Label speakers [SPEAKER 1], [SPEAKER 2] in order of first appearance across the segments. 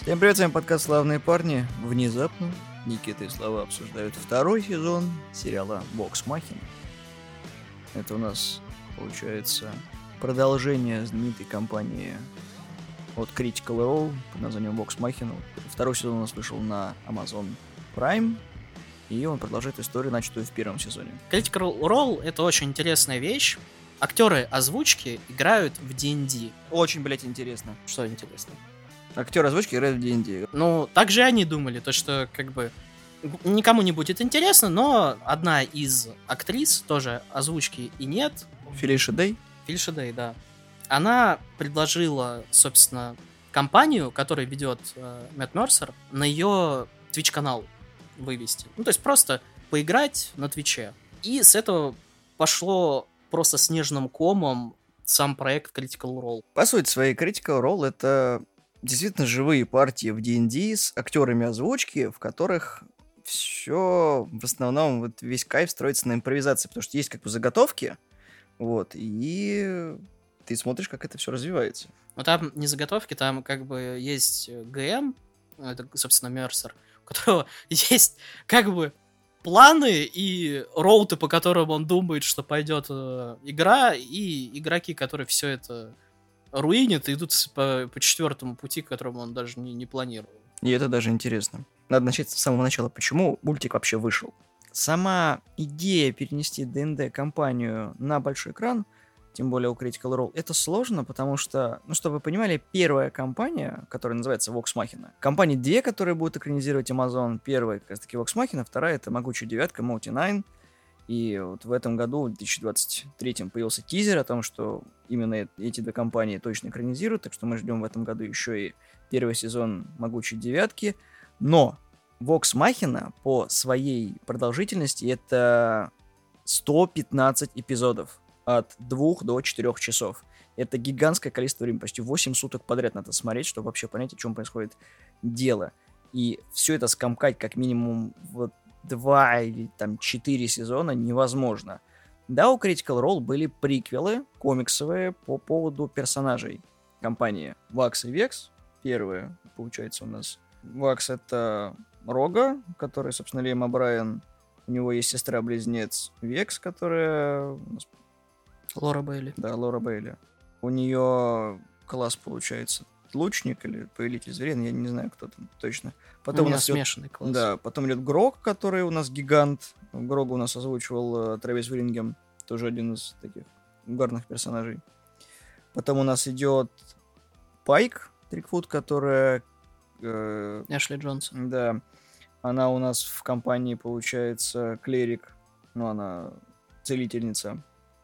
[SPEAKER 1] Всем привет, с вами подкаст «Славные парни». Внезапно Никита и Слава обсуждают второй сезон сериала «Vox Machina». Это у нас, получается, продолжение знаменитой кампании от Critical Role под названием «Vox Machina». Второй сезон у нас вышел на Amazon Prime, и он продолжает историю, начатую в первом сезоне.
[SPEAKER 2] Critical Role — это очень интересная вещь. Актеры озвучки играют в D&D.
[SPEAKER 1] Очень, блять, интересно.
[SPEAKER 2] Что интересно?
[SPEAKER 1] Актер озвучки играет в D&D.
[SPEAKER 2] Ну, так же они думали, то что, как бы, никому не будет интересно, но одна из актрис, тоже озвучки и нет.
[SPEAKER 1] Фелиша Дэй.
[SPEAKER 2] Фелиша Дэй, да. Она предложила, собственно, компанию, которую ведет Мэтт Мерсер, на ее Twitch-канал вывести. Ну, то есть просто поиграть на Твиче. И с этого пошло просто снежным комом сам проект Critical Role.
[SPEAKER 1] По сути своей, Critical Role — это действительно живые партии в D&D с актерами озвучки, в которых все в основном вот весь кайф строится на импровизации, потому что есть как бы заготовки, вот, и ты смотришь, как это все развивается.
[SPEAKER 2] Но там не заготовки, там как бы есть ГМ, это, собственно, Мерсер, у которого есть как бы планы и роуты, по которым он думает, что пойдет игра, и игроки, которые все это руинят и идут по четвертому пути, к которому он даже не планировал.
[SPEAKER 1] И это даже интересно. Надо начать с самого начала. Почему мультик вообще вышел? Сама идея перенести ДНД-компанию на большой экран, тем более у Critical Role, это сложно, потому что, ну, чтобы вы понимали, первая компания, которая называется Vox Machina, компании две, которые будут экранизировать Amazon, первая как раз-таки Vox Machina, вторая — это Могучая девятка, Mighty Nine. И вот в этом году, в 2023, появился тизер о том, что именно эти две компании точно экранизируют, так что мы ждем в этом году еще и первый сезон «Могучей девятки». Но Vox Machina по своей продолжительности это 115 эпизодов от 2 до 4 часов. Это гигантское количество времени, почти 8 суток подряд надо смотреть, чтобы вообще понять, о чем происходит дело. И все это скомкать как минимум вот 2 или там 4 сезона невозможно. Да, у Critical Role были приквелы комиксовые по поводу персонажей компании Вакс и Векс. Первые, получается, у нас Вакс — это Рога, который, собственно, Лиам О'Брайен. У него есть сестра-близнец Векс, которая...
[SPEAKER 2] Лора Бейли.
[SPEAKER 1] Да, Лора Бейли. У нее класс, получается, лучник или повелитель зверей, я не знаю, кто там точно. Потом
[SPEAKER 2] у
[SPEAKER 1] нас
[SPEAKER 2] смешанный класс.
[SPEAKER 1] Да, потом идет Грог, который у нас гигант. Грога у нас озвучивал Трэвис Уильям, тоже один из таких угарных персонажей. Потом у нас идет Пайк Трикфут, которая...
[SPEAKER 2] Эшли Джонсон.
[SPEAKER 1] Да, она у нас в компании, получается, клерик, ну, она целительница.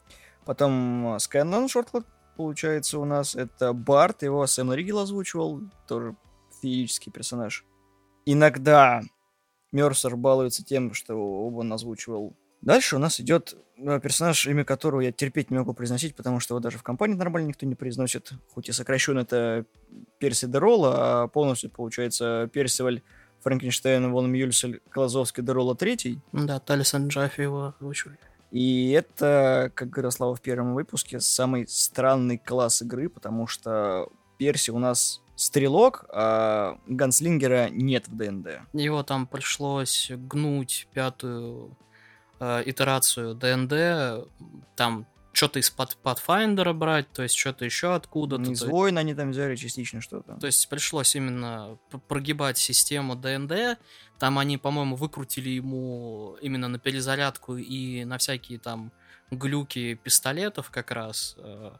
[SPEAKER 1] Потом Скэнлон Шортланд, получается, у нас это Барт, его Сэм Ригел озвучивал, тоже феерический персонаж. Иногда Мерсер балуется тем, что он озвучивал. Дальше у нас идет персонаж, имя которого я терпеть не могу произносить, потому что его даже в компании нормально никто не произносит. Хоть и сокращенно это Перси Дерола, а полностью, получается, Персиваль Франкенштейн Вон Мюльсель Клазовский Дерола III.
[SPEAKER 2] Да, Талисан Джаффи его озвучивали.
[SPEAKER 1] И это, как говорил Слава в первом выпуске, самый странный класс игры, потому что Перси у нас стрелок, а ганслингера нет в ДНД.
[SPEAKER 2] Его там пришлось гнуть пятую итерацию ДНД, там что-то из Pathfinder брать, то есть что-то еще откуда-то.
[SPEAKER 1] Из Воина они там взяли частично что-то.
[SPEAKER 2] То есть пришлось именно прогибать систему ДНД. Там они, по-моему, выкрутили ему именно на перезарядку и на всякие там глюки пистолетов как раз.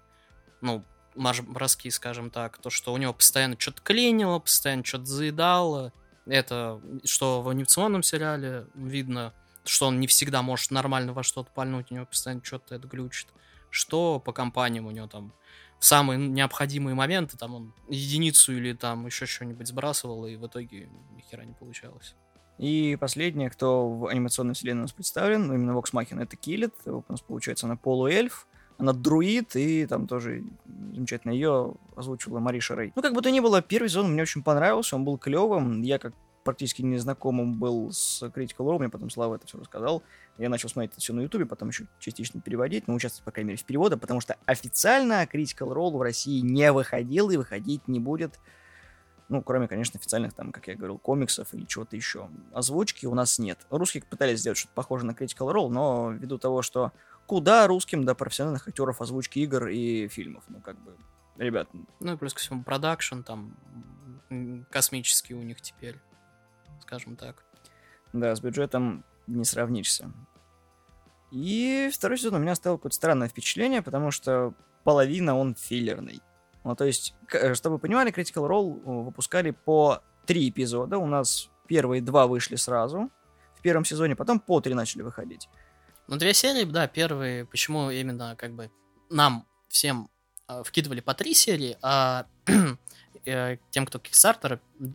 [SPEAKER 2] Ну, марш-броски, скажем так. То, что у него постоянно что-то клинило, постоянно что-то заедало. Это, что в анимационном сериале видно, что он не всегда может нормально во что-то пальнуть, у него постоянно что-то это глючит. Что по компаниям у него там в самые необходимые моменты там он единицу или там еще что-нибудь сбрасывал, и в итоге ни хера не получалось.
[SPEAKER 1] И последнее, кто в анимационной вселенной у нас представлен, ну, именно Vox Machina, это Киллет. У нас, получается, она полуэльф, она друид, и там тоже замечательно ее озвучивала Мариша Рэй. Ну, как бы то ни было, первый сезон мне очень понравился, он был клевым. Я как практически незнакомым был с Critical Role, мне потом Слава это все рассказал. Я начал смотреть это все на Ютубе, потом еще частично переводить, но участвовать, по крайней мере, в переводе, потому что официально Critical Role в России не выходил и выходить не будет Ну, кроме, конечно, официальных, там, как я говорил, комиксов или чего-то еще. Озвучки у нас нет. Русские пытались сделать что-то похожее на Critical Role, но ввиду того, что куда русским до профессиональных актеров озвучки игр и фильмов. Ну, как бы, ребят.
[SPEAKER 2] Ну и плюс ко всему продакшн там космический у них теперь, скажем так.
[SPEAKER 1] Да, с бюджетом не сравнишься. И второй сезон у меня оставил какое-то странное впечатление, потому что половина он филлерный. Ну, то есть, чтобы вы понимали, Critical Role выпускали по 3 эпизода. У нас первые 2 вышли сразу в первом сезоне, потом по 3 начали выходить.
[SPEAKER 2] Ну, 2 серии, да, первые, почему именно как бы нам всем вкидывали по 3 серии, а тем, кто Kickstarter,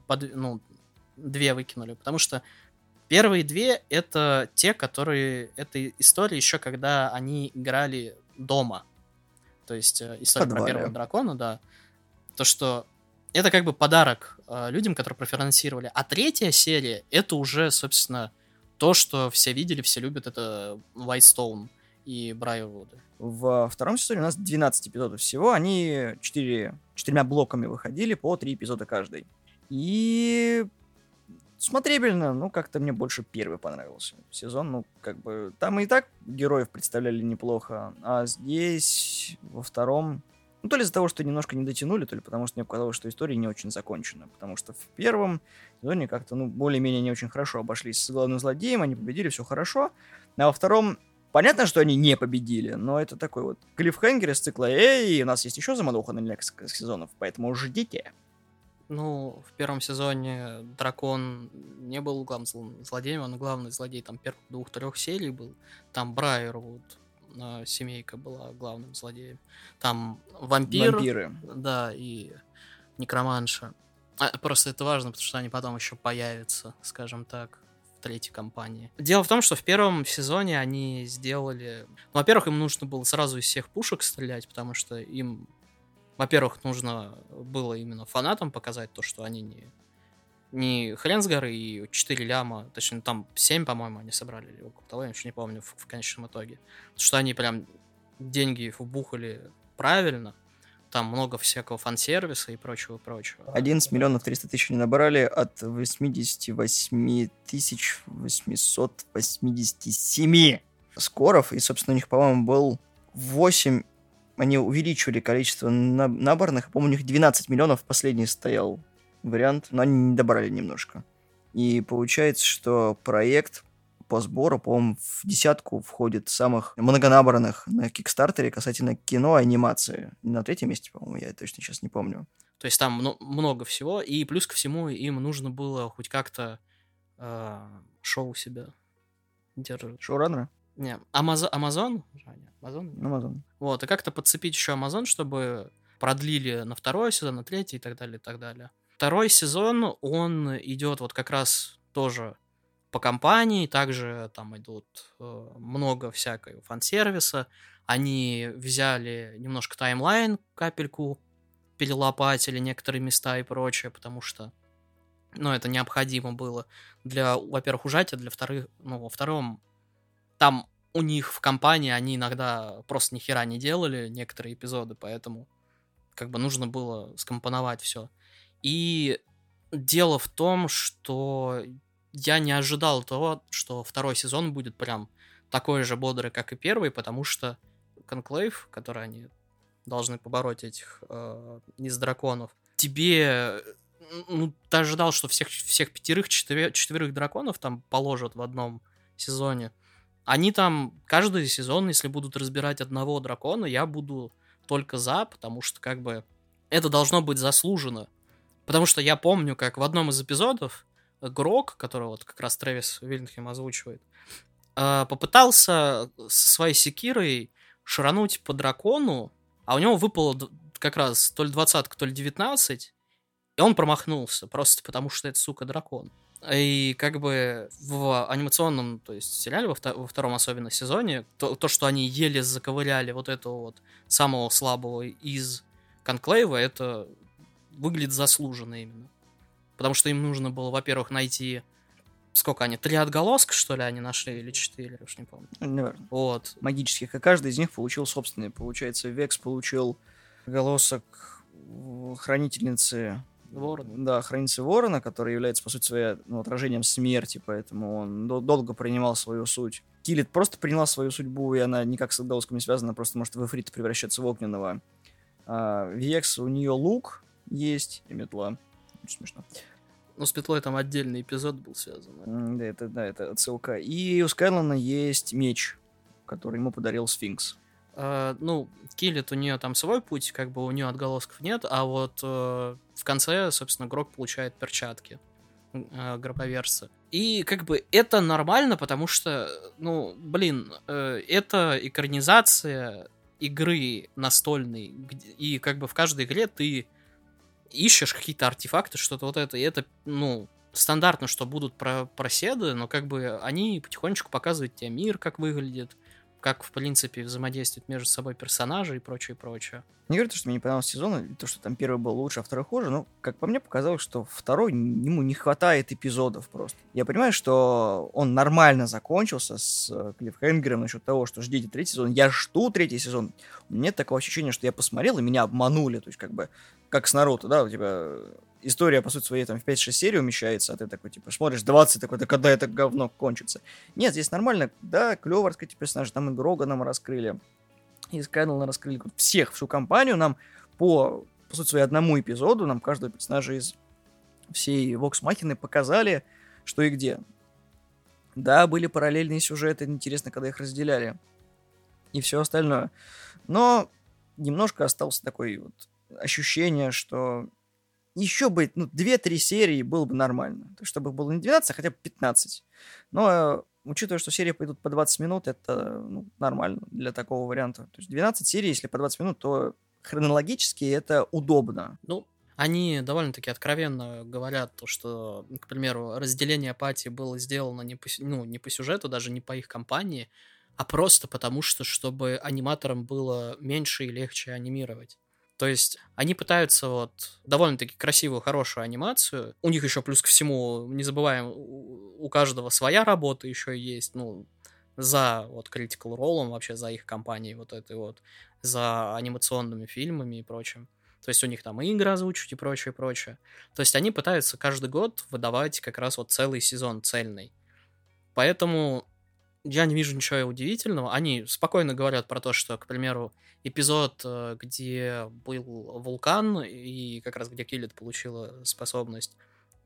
[SPEAKER 2] 2 выкинули, потому что первые 2 это те, которые... Это история еще, когда они играли дома. То есть история про первого дракона, да. То, что это как бы подарок людям, которые профинансировали. А 3 серия, это уже, собственно, то, что все видели, все любят, это Whitestone и Брайервуды.
[SPEAKER 1] Во втором сезоне у нас 12 эпизодов всего. Они 4 блоками выходили, по 3 эпизода каждый. И смотрибельно, ну, как-то мне больше первый понравился сезон. Ну, как бы, там и так героев представляли неплохо, а здесь, во втором... Ну, то ли из-за того, что немножко не дотянули, то ли потому что мне показалось, что история не очень закончена. Потому что в первом сезоне как-то, ну, более-менее не очень хорошо обошлись с главным злодеем, они победили, все хорошо. А во втором понятно, что они не победили, но это такой вот клиффхенгер из цикла «Эй, у нас есть еще замануха на несколько сезонов, поэтому ждите».
[SPEAKER 2] Ну, в первом сезоне дракон не был главным злодеем, он главный злодей там первых 2-3 серий был. Там Брайервуд, семейка была главным злодеем. Там вампиры. Да, и некроманша. Просто это важно, потому что они потом еще появятся, скажем так, в 3-й кампании. Дело в том, что в первом сезоне они сделали... Ну, во-первых, им нужно было сразу из всех пушек стрелять, потому что им... Во-первых, нужно было именно фанатам показать то, что они не хрен с горы и 4 ляма, точнее, там 7, по-моему, они собрали, или около того, я еще не помню в конечном итоге. Что они прям деньги вбухали правильно, там много всякого фан-сервиса и прочего-прочего.
[SPEAKER 1] 11 миллионов 300 тысяч не набрали от 88 887 скоров, и, собственно, у них, по-моему, был 8... Они увеличивали количество наборных. По-моему, у них 12 миллионов последний стоял вариант, но они не добрали немножко. И получается, что проект по сбору, по-моему, в 10 входит самых многонабранных на Кикстартере касательно кино и анимации. На 3-м месте, по-моему, я точно сейчас не помню.
[SPEAKER 2] То есть там много всего, и плюс ко всему им нужно было хоть как-то шоу себя держать.
[SPEAKER 1] Шоураннера?
[SPEAKER 2] Не, Амазон? Амазон?
[SPEAKER 1] Амазон.
[SPEAKER 2] Вот, и как-то подцепить еще Амазон, чтобы продлили на 2-й сезон, на 3-й и так далее, и так далее. 2-й сезон, он идет вот как раз тоже по кампании, также там идут много всякого фан-сервиса. Они взяли немножко таймлайн, капельку, перелопатили некоторые места и прочее, потому что, ну, это необходимо было для, во-первых, ужатия, для вторых, ну, во втором, там у них в компании они иногда просто ни хера не делали некоторые эпизоды, поэтому как бы нужно было скомпоновать все. И дело в том, что я не ожидал того, что 2-й сезон будет прям такой же бодрый, как и 1-й, потому что Конклейв, который они должны побороть этих из драконов, тебе... Ну, ты ожидал, что всех 5-4 драконов там положат в одном сезоне. Они там каждый сезон, если будут разбирать одного дракона, я буду только за, потому что как бы это должно быть заслуженно. Потому что я помню, как в одном из эпизодов Грок, который вот как раз Трэвис Вильдхем озвучивает, попытался со своей секирой шарануть по дракону, а у него выпало как раз то ли 20, то ли 19, и он промахнулся, просто потому что это, сука, дракон. И как бы в анимационном, то есть сериале, во 2-м особенно сезоне, то, что они еле заковыряли вот этого вот самого слабого из Конклейва, это выглядит заслуженно именно. Потому что им нужно было, во-первых, найти... Сколько они? 3 отголоска, что ли, они нашли? Или 4, я уж не помню.
[SPEAKER 1] Наверное.
[SPEAKER 2] Вот.
[SPEAKER 1] Магических. И каждый из них получил собственный. Получается, Векс получил отголосок хранительницы
[SPEAKER 2] Ворон.
[SPEAKER 1] Да, хранитель Ворона, который является, по сути, своей, отражением смерти, поэтому он долго принимал свою суть. Килит просто приняла свою судьбу, и она никак с отголоском не связана, просто может в Эфрита превращаться в огненного. Векс, у нее лук есть, и метла. Очень смешно.
[SPEAKER 2] Ну, с петлой там отдельный эпизод был связан.
[SPEAKER 1] Да, это отсылка. И у Скайлана есть меч, который ему подарил Сфинкс.
[SPEAKER 2] Килит, у нее там свой путь, как бы у нее отголосков нет, а вот в конце, собственно, Грок получает перчатки гроповерца. И как бы это нормально, потому что, это экранизация игры настольной, и как бы в каждой игре ты ищешь какие-то артефакты, что-то вот это, и это, стандартно, что будут проседы, но как бы они потихонечку показывают тебе мир, как выглядит, как, в принципе, взаимодействуют между собой персонажи и прочее, прочее.
[SPEAKER 1] Не говорю, что мне не понравился сезон, то, что там первый был лучше, а второй хуже, но, как по мне, показалось, что второй, ему не хватает эпизодов просто. Я понимаю, что он нормально закончился с клиффхенгером насчет того, что ждите третий сезон. Я жду третий сезон. У меня нет такого ощущения, что я посмотрел, и меня обманули. То есть, как с Наруто, да, у тебя история, по сути своей, там, в 5-6 серий умещается, а ты такой, смотришь 20, такой, да когда это говно кончится? Нет, здесь нормально, да, клево раскрыть персонажей, там и Дрога нам раскрыли, и Скайнелла раскрыли всех, всю компанию, нам по сути своей, одному эпизоду, нам каждого персонажа из всей Вокс Махины показали, что и где. Да, были параллельные сюжеты, интересно, когда их разделяли, и все остальное. Но немножко осталось такое ощущение, что еще бы 2-3 серии было бы нормально. То есть, чтобы было не 12, а хотя бы 15. Но учитывая, что серии пойдут по 20 минут, это нормально для такого варианта. То есть 12 серий, если по 20 минут, то хронологически это удобно.
[SPEAKER 2] Они довольно-таки откровенно говорят, что, к примеру, разделение апатии было сделано не по сюжету, даже не по их кампании, а просто потому, что чтобы аниматорам было меньше и легче анимировать. То есть они пытаются довольно-таки красивую, хорошую анимацию. У них еще плюс ко всему, не забываем, у каждого своя работа еще есть, за Critical Role, вообще за их компанией за анимационными фильмами и прочим. То есть у них там и игры озвучивать и прочее, прочее. То есть они пытаются каждый год выдавать как раз целый сезон цельный. Поэтому я не вижу ничего удивительного. Они спокойно говорят про то, что, к примеру, эпизод, где был вулкан, и как раз где Килит получила способность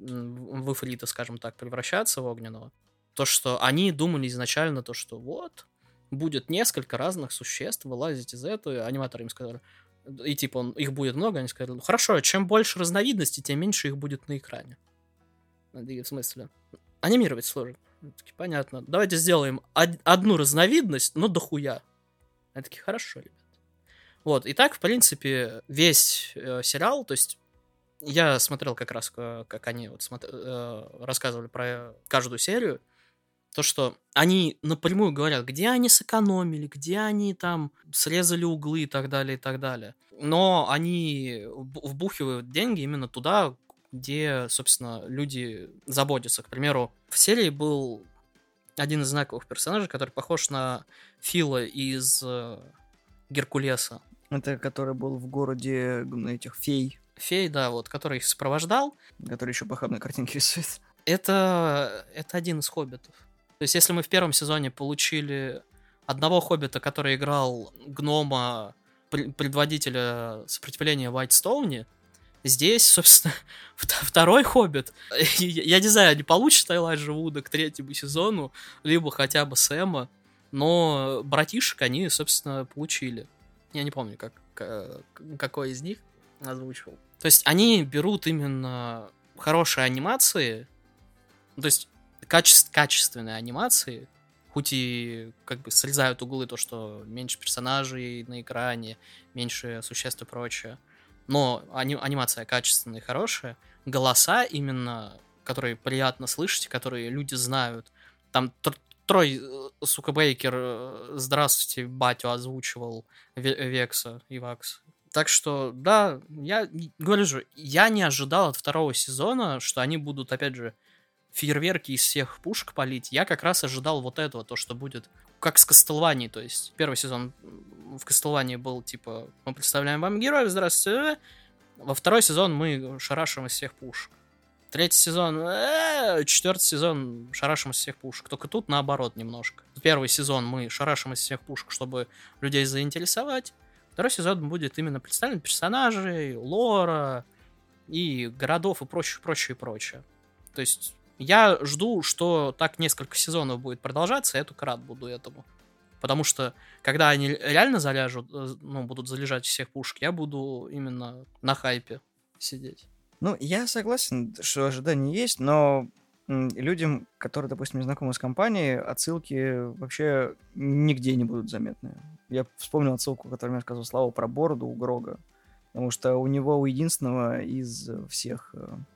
[SPEAKER 2] в Эфрита, скажем так, превращаться в огненного, то, что они думали изначально, то, что будет несколько разных существ вылазить из этого, аниматоры им сказали, и их будет много, они сказали, хорошо, чем больше разновидностей, тем меньше их будет на экране. В смысле? Анимировать сложно. Такие, понятно. Давайте сделаем одну разновидность, но дохуя. Они такие, хорошо, ребят. И так, в принципе, весь сериал, то есть я смотрел как раз, как они рассказывали про каждую серию, то, что они напрямую говорят, где они сэкономили, где они там срезали углы и так далее, и так далее. Но они вбухивают деньги именно туда, где, собственно, люди заботятся. К примеру, в серии был один из знаковых персонажей, который похож на Фила из Геркулеса.
[SPEAKER 1] Это который был в городе этих фей.
[SPEAKER 2] Фей, да, который их сопровождал.
[SPEAKER 1] Который еще похабные картинки рисует.
[SPEAKER 2] Это один из хоббитов. То есть, если мы в первом сезоне получили одного хоббита, который играл гнома, предводителя сопротивления в Уайтстоуне, здесь, собственно, второй хоббит. Я не знаю, не получится Элайджа Вуда к третьему сезону, либо хотя бы Сэма, но братишек они, собственно, получили. Я не помню, какой из них озвучивал. То есть они берут именно хорошие анимации, то есть качественные анимации, хоть и срезают углы, то, что меньше персонажей на экране, меньше существ и прочее, но анимация качественная и хорошая, голоса именно, которые приятно слышать, которые люди знают. Там Трой, сука, Бейкер, здравствуйте, батю озвучивал Векса и Вакс. Так что, да, я говорю же, я не ожидал от второго сезона, что они будут, опять же, фейерверки из всех пушек палить. Я как раз ожидал этого, то, что будет как с Castlevania, то есть первый сезон в Castlevania был, мы представляем вам героев, здравствуйте, Во второй сезон мы шарашим из всех пушек. Третий сезон, четвертый сезон шарашим из всех пушек. Только тут наоборот немножко. Первый сезон мы шарашим из всех пушек, чтобы людей заинтересовать. Второй сезон будет именно представлен персонажей, лора и городов и прочее, прочее, прочее. То есть я жду, что так несколько сезонов будет продолжаться, я только рад буду этому. Потому что, когда они реально заляжут, будут залежать всех пушек, я буду именно на хайпе сидеть.
[SPEAKER 1] Ну, я согласен, что ожидания есть, но людям, которые, допустим, не знакомы с компанией, отсылки вообще нигде не будут заметны. Я вспомнил отсылку, которую мне сказал Слава про бороду у Грога, потому что у него, у единственного из всех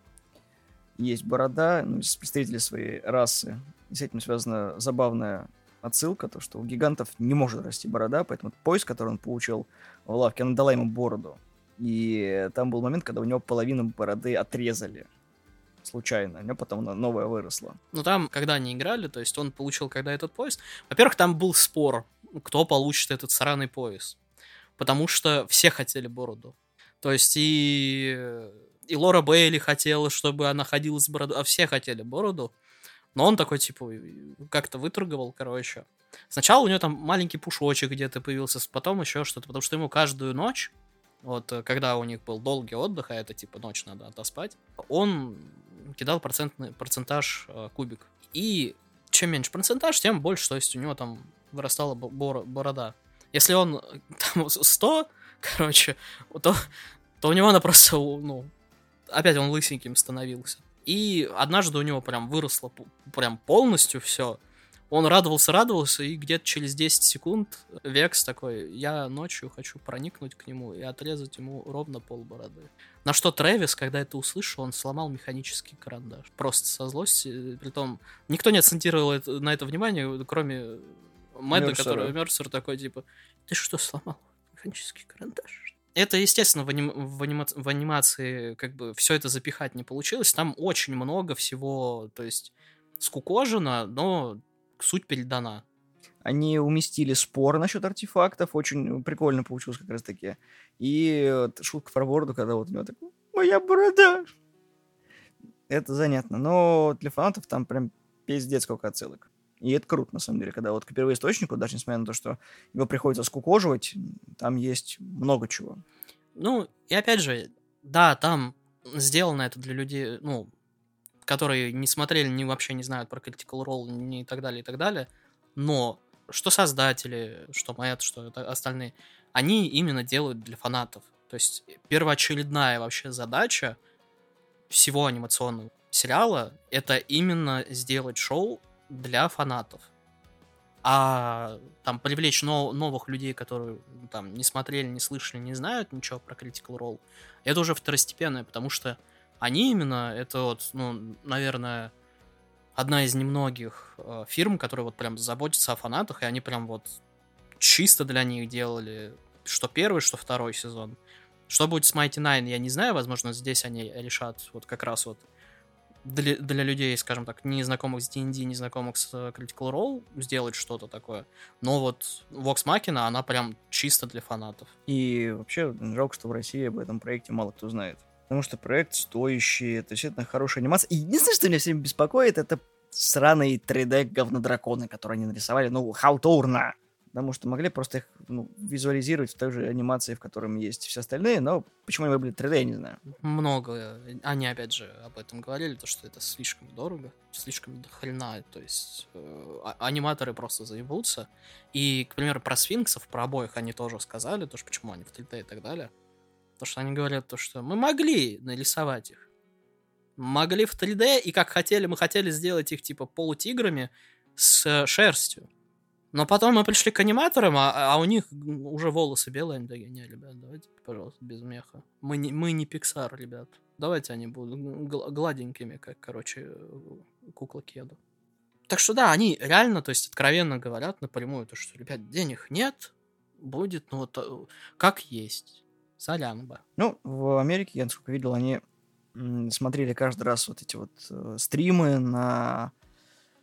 [SPEAKER 1] есть борода, из представителей своей расы. И с этим связана забавная отсылка, то, что у гигантов не может расти борода, поэтому пояс, который он получил в лавке, она дала ему бороду. И там был момент, когда у него половину бороды отрезали. Случайно. У него потом новая выросла.
[SPEAKER 2] Ну там, когда они играли, то есть он получил когда этот пояс. Во-первых, там был спор, кто получит этот сраный пояс. Потому что все хотели бороду. То есть и Лора Бейли хотела, чтобы она ходила с бородой, а все хотели бороду. Но он такой, типа, как-то выторговал, короче. Сначала у него там маленький пушочек где-то появился, потом еще что-то, потому что ему каждую ночь, вот когда у них был долгий отдых, а это типа ночь надо отоспать, он кидал процентаж кубик. И чем меньше процентаж, тем больше, то есть у него там вырастала борода. Если он там 100, короче, то у него она просто, опять он лысеньким становился. И однажды у него прям выросло прям полностью все. Он радовался, и где-то через 10 секунд Векс такой, я ночью хочу проникнуть к нему и отрезать ему ровно полбороды. На что Трэвис, когда это услышал, он сломал механический карандаш. Просто со злости. Притом, никто не акцентировал на это внимание, кроме Мэдда, который Мерсер такой, типа, ты что, сломал механический карандаш? Это, естественно, в анимации как бы все это запихать не получилось. Там очень много всего, то есть скукожено, но суть передана.
[SPEAKER 1] Они уместили спор насчет артефактов, очень прикольно получилось как раз-таки. И вот шутка про бороду, когда вот у него так, моя борода. Это занятно, но для фанатов там прям пиздец сколько отсылок. И это круто, на самом деле, когда вот к первоисточнику, даже несмотря на то, что его приходится скукоживать, там есть много чего.
[SPEAKER 2] Ну, и опять же, да, там сделано это для людей, которые не смотрели, вообще не знают про Critical Role, и так далее, но что создатели, что Мэтт, что остальные, они именно делают для фанатов. То есть первоочередная вообще задача всего анимационного сериала — это именно сделать шоу для фанатов. А там привлечь новых людей, которые там не смотрели, не слышали, не знают ничего про Critical Role, это уже второстепенное, потому что они именно, это вот, наверное, одна из немногих фирм, которые вот прям заботятся о фанатах, и они прям вот чисто для них делали что первый, что второй сезон. Что будет с Mighty Nine, я не знаю, возможно, здесь они решат вот как раз вот для людей, скажем так, не знакомых с D&D, не знакомых с Critical Role, сделать что-то такое. Но вот Vox Machina, она прям чисто для фанатов.
[SPEAKER 1] И вообще жалко, что в России об этом проекте мало кто знает. Потому что проект стоящий, это действительно хорошая анимация. И единственное, что меня всем беспокоит, это сраные 3D говнодраконы, которые они нарисовали, халтурно. Потому что могли просто их визуализировать в той же анимации, в котором есть все остальные, но почему они выбрали 3D, я не знаю.
[SPEAKER 2] Много. Они, опять же, об этом говорили, то, что это слишком дорого, слишком дохрена, то есть аниматоры просто заебутся. И, к примеру, про сфинксов, про обоих они тоже сказали, то, что почему они в 3D и так далее. То, что они говорят, то, что мы могли нарисовать их. Могли в 3D, и как хотели, мы хотели сделать их типа полутиграми с шерстью. Но потом мы пришли к аниматорам, а у них уже волосы белые, они такие, не, ребят, давайте, пожалуйста, без меха. Мы не Pixar, ребят. Давайте они будут гладенькими, как, кукла Кеду. Так что да, они реально, то есть откровенно говорят напрямую, то, что, ребят, денег нет, будет, как есть. Солянба.
[SPEAKER 1] В Америке, я насколько видел, они смотрели каждый раз вот эти вот стримы на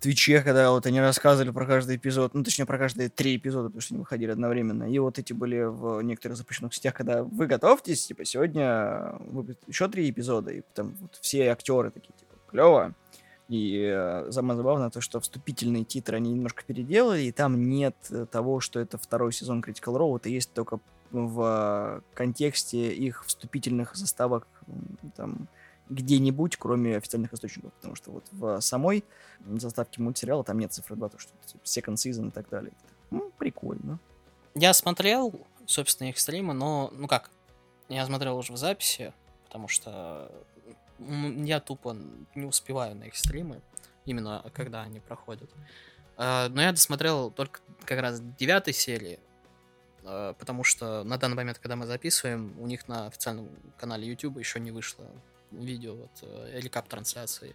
[SPEAKER 1] Твиче, когда вот они рассказывали про каждый эпизод, ну, точнее, про каждые 3 эпизода, потому что они выходили одновременно. И вот эти были в некоторых запрещенных сетях, когда вы готовьтесь, типа, сегодня выйдут еще 3 эпизода, и там вот все актеры такие, типа, клево. И самое забавное то, что вступительные титры они немножко переделали, и там нет того, что это второй сезон Critical Role, это есть только в контексте их вступительных заставок там где-нибудь, кроме официальных источников, потому что вот в самой заставке мультсериала там нет цифры 2, то что типа, second season и так далее. Прикольно.
[SPEAKER 2] Я смотрел, собственно, их стримы, но, ну как, я смотрел уже в записи, потому что я тупо не успеваю на их стримы, именно когда они проходят. Но я досмотрел только как раз 9 серии, потому что на данный момент, когда мы записываем, у них на официальном канале YouTube еще не вышло видео, вот, рекап-трансляции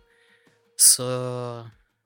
[SPEAKER 2] с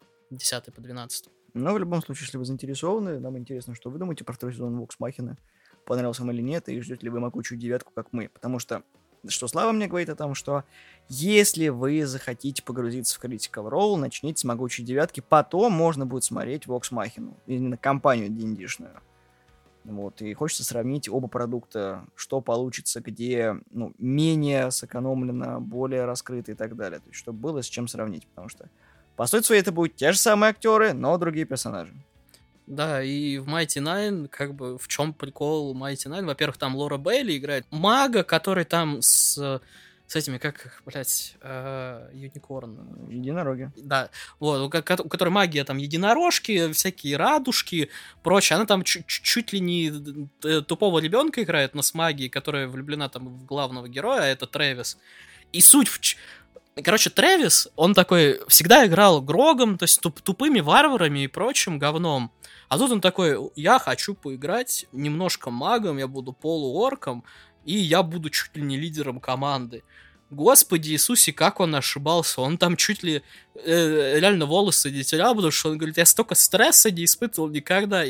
[SPEAKER 2] 10 по 12.
[SPEAKER 1] Но в любом случае, если вы заинтересованы, нам интересно, что вы думаете про второй сезон Vox Machina, понравился вам или нет, и ждете ли вы могучую девятку, как мы. Потому что Слава мне говорит о том, что если вы захотите погрузиться в Critical Role, начните с могучей девятки, потом можно будет смотреть Vox Machina, именно компанию D&D-шную. Вот, и хочется сравнить оба продукта, что получится, где менее сэкономлено, более раскрыто и так далее. То есть, чтобы было с чем сравнить, потому что по сути своей это будут те же самые актеры, но другие персонажи.
[SPEAKER 2] Да, и в Mighty Nine, как бы, в чем прикол Mighty Nine? Во-первых, там Лора Бейли играет мага, который там с этими, как их, блядь, юникорн.
[SPEAKER 1] Единороги.
[SPEAKER 2] Да, вот, у которой магия, там, единорожки, всякие радужки, прочее. Она там чуть ли не тупого ребенка играет, но с магией, которая влюблена там в главного героя, а это Трэвис. И суть Короче, Трэвис, он такой, всегда играл Грогом, то есть тупыми варварами и прочим говном. А тут он такой, я хочу поиграть немножко магом, я буду полуорком, и я буду чуть ли не лидером команды. Господи Иисусе, как он ошибался. Он там чуть ли реально волосы не терял, потому что он говорит, я столько стресса не испытывал никогда.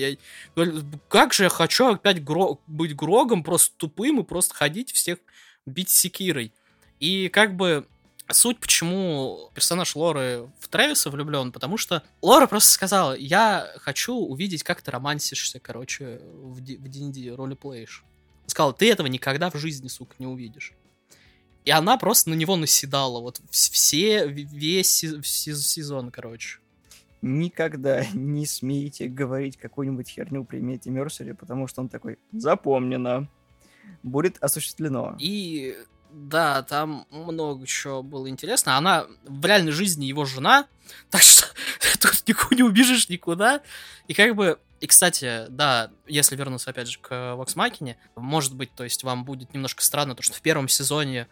[SPEAKER 2] Как же я хочу опять быть Грогом, просто тупым и просто ходить всех бить секирой. И как бы суть, почему персонаж Лоры в Трэвиса влюблен, потому что Лора просто сказала, я хочу увидеть, как ты романсишься, короче, в D&D, ролеплеишь. Сказала, ты этого никогда в жизни, сука, не увидишь. И она просто на него наседала, вот весь сезон, короче.
[SPEAKER 1] Никогда не смейте говорить какую-нибудь херню при Мэтте Мерсере, потому что он такой, запомнено, будет осуществлено.
[SPEAKER 2] И да, там много чего было интересно. Она в реальной жизни его жена, так что тут не убежишь никуда. И как бы, и кстати, да, если вернуться опять же к Vox Machina, может быть, то есть вам будет немножко странно, то что в первом сезоне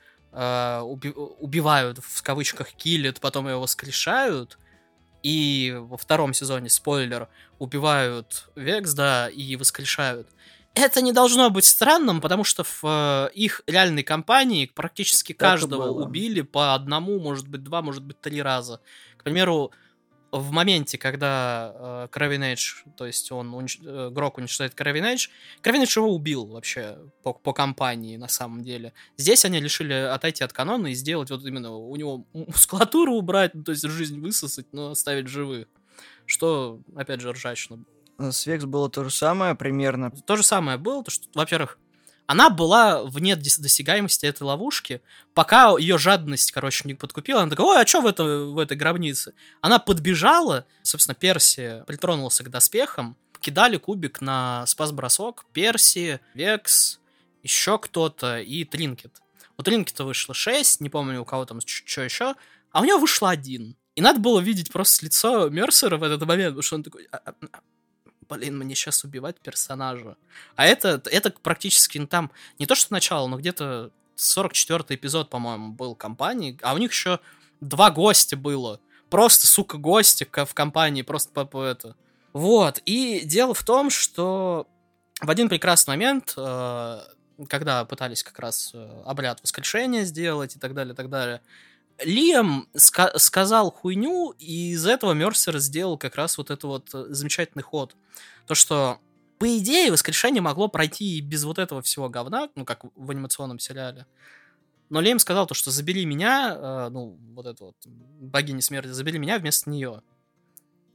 [SPEAKER 2] убивают, в кавычках, киллят, потом его воскрешают, и во втором сезоне, спойлер, убивают Векс, да, и воскрешают. Это не должно быть странным, потому что в их реальной кампании практически каждого убили по одному, может быть, 2, может быть, 3 раза. К примеру, в моменте, когда Кровинэйдж, то есть Грок уничтожает Кровинэйдж его убил вообще по кампании на самом деле. Здесь они решили отойти от канона и сделать вот именно у него мускулатуру убрать, то есть жизнь высосать, но оставить живых. Что, опять же, ржачно.
[SPEAKER 1] С Векс было то же самое примерно.
[SPEAKER 2] То же самое было, то что, во-первых, она была вне досягаемости этой ловушки, пока ее жадность, короче, не подкупила. Она такая, ой, а что в этой гробнице? Она подбежала, собственно, Перси притронулся к доспехам, кидали кубик на спас-бросок, Перси, Векс, еще кто-то и Тринкет. У Тринкета вышло 6, не помню, у кого там что еще, а у него вышло 1. И надо было видеть просто лицо Мерсера в этот момент, потому что он такой... Блин, мне сейчас убивать персонажа. А это практически там не то что начало, но где-то 44-й эпизод, по-моему, был компании, а у них еще 2 гостя было. Просто, сука, гости в компании, просто по это. Вот, и дело в том, что в один прекрасный момент, когда пытались как раз обряд воскрешения сделать и так далее, Лиам сказал хуйню, и из этого Мерсер сделал как раз вот этот вот замечательный ход. То, что, по идее, воскрешение могло пройти и без вот этого всего говна, ну, как в анимационном сериале. Но Лиам сказал то, что забери меня, вот это вот, богиня смерти, забери меня вместо нее.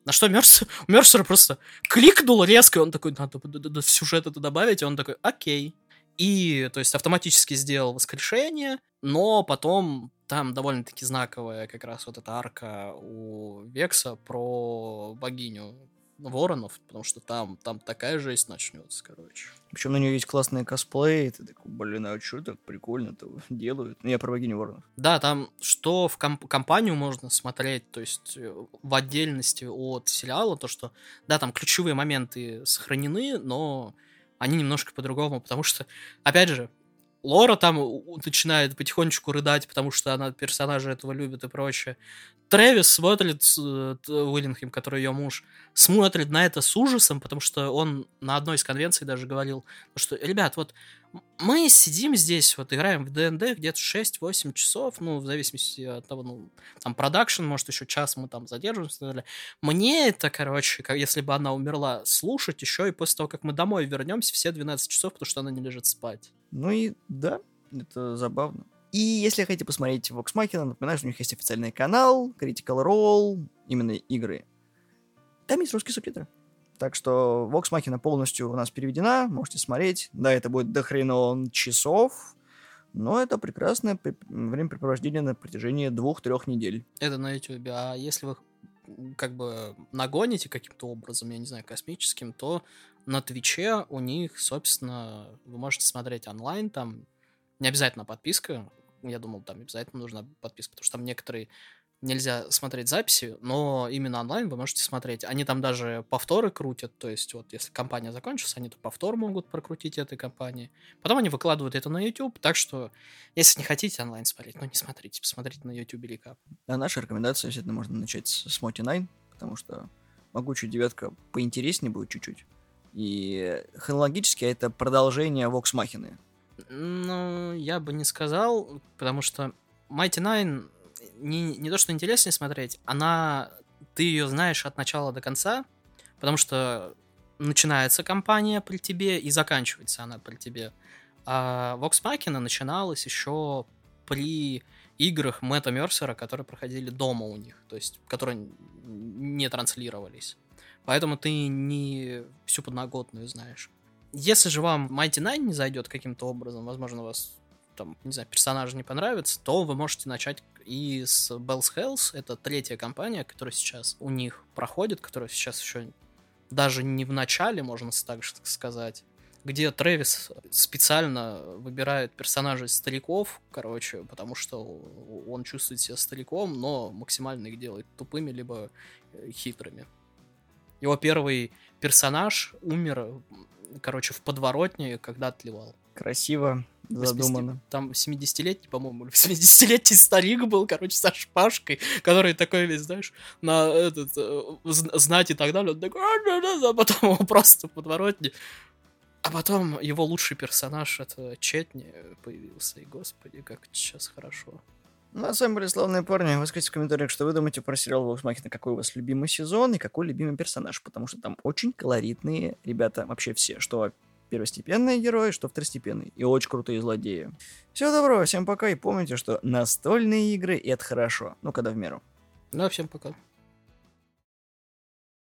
[SPEAKER 2] На что Мерсер просто кликнул резко, и он такой, надо в сюжет это добавить, и он такой, окей. И, то есть, автоматически сделал воскрешение, но потом там довольно-таки знаковая как раз вот эта арка у Векса про богиню воронов, потому что там такая жесть начнется, короче.
[SPEAKER 1] Причем на нее есть классные косплеи, ты такой, блин, а что так прикольно-то делают? Ну, я про богиню воронов.
[SPEAKER 2] Да, там что в компанию можно смотреть, то есть в отдельности от сериала, то что, да, там ключевые моменты сохранены, но они немножко по-другому, потому что, опять же, Лора там начинает потихонечку рыдать, потому что она персонажа этого любит и прочее. Трэвис смотрит, Уиллингем, который ее муж, смотрит на это с ужасом, потому что он на одной из конвенций даже говорил, что, ребят, вот мы сидим здесь, вот играем в ДНД где-то 6-8 часов, ну, в зависимости от того, ну, там, продакшн, может, еще час мы там задерживаемся и так далее. Мне это, короче, если бы она умерла, слушать еще и после того, как мы домой вернемся, все 12 часов, потому что она не лежит спать.
[SPEAKER 1] Ну и да, это забавно. И если хотите посмотреть Vox Machina, напоминаю, что у них есть официальный канал, Critical Role, именно игры. Там есть русские субтитры. Так что Vox Machina полностью у нас переведена, можете смотреть. Да, это будет дохрена часов, но это прекрасное времяпрепровождение на протяжении 2-3 недель.
[SPEAKER 2] Это на YouTube. А если вы как бы нагоните каким-то образом, я не знаю, космическим, то на Твиче у них, собственно, вы можете смотреть онлайн, там не обязательно подписка, я думал, там обязательно нужна подписка, потому что там некоторые нельзя смотреть записи, но именно онлайн вы можете смотреть. Они там даже повторы крутят, то есть вот если кампания закончится, они то повтор могут прокрутить этой кампании. Потом они выкладывают это на YouTube, так что если не хотите онлайн смотреть, ну не смотрите, посмотрите на YouTube или как.
[SPEAKER 1] А наша рекомендация, естественно, можно начать с Моти Найн, потому что Могучая девятка поинтереснее будет чуть-чуть. И хронологически это продолжение Vox Machina.
[SPEAKER 2] Ну, я бы не сказал, потому что Mighty Nine не то, что интереснее смотреть, ты ее знаешь от начала до конца, потому что начинается кампания при тебе и заканчивается она при тебе. А Vox Machina начиналась еще при играх Мэтта Мерсера, которые проходили дома у них, то есть которые не транслировались. Поэтому ты не всю подноготную знаешь. Если же вам Mighty Nine не зайдет каким-то образом, возможно, у вас там, не знаю, персонажи не понравятся, то вы можете начать и с Bell's Hells. Это третья кампания, которая сейчас у них проходит, которая сейчас еще даже не в начале, можно так сказать, где Трэвис специально выбирает персонажей стариков, короче, потому что он чувствует себя стариком, но максимально их делает тупыми либо хитрыми. Его первый персонаж умер, короче, в подворотне, когда отливал.
[SPEAKER 1] Красиво задумано.
[SPEAKER 2] Там 70-летний, по-моему, 70-летний старик был, короче, со шпажкой, который такой весь, знаешь, на знать и так далее. Он такой, а потом его просто в подворотне. А потом его лучший персонаж, это Четни, появился. И, господи, как это сейчас хорошо.
[SPEAKER 1] Ну, а с вами были славные парни. Вы скажите в комментариях, что вы думаете про сериал Vox Machina, какой у вас любимый сезон и какой любимый персонаж, потому что там очень колоритные ребята вообще все, что первостепенные герои, что второстепенные, и очень крутые злодеи. Всего доброго, всем пока, и помните, что настольные игры — это хорошо, ну, когда в меру.
[SPEAKER 2] Ну, а всем пока.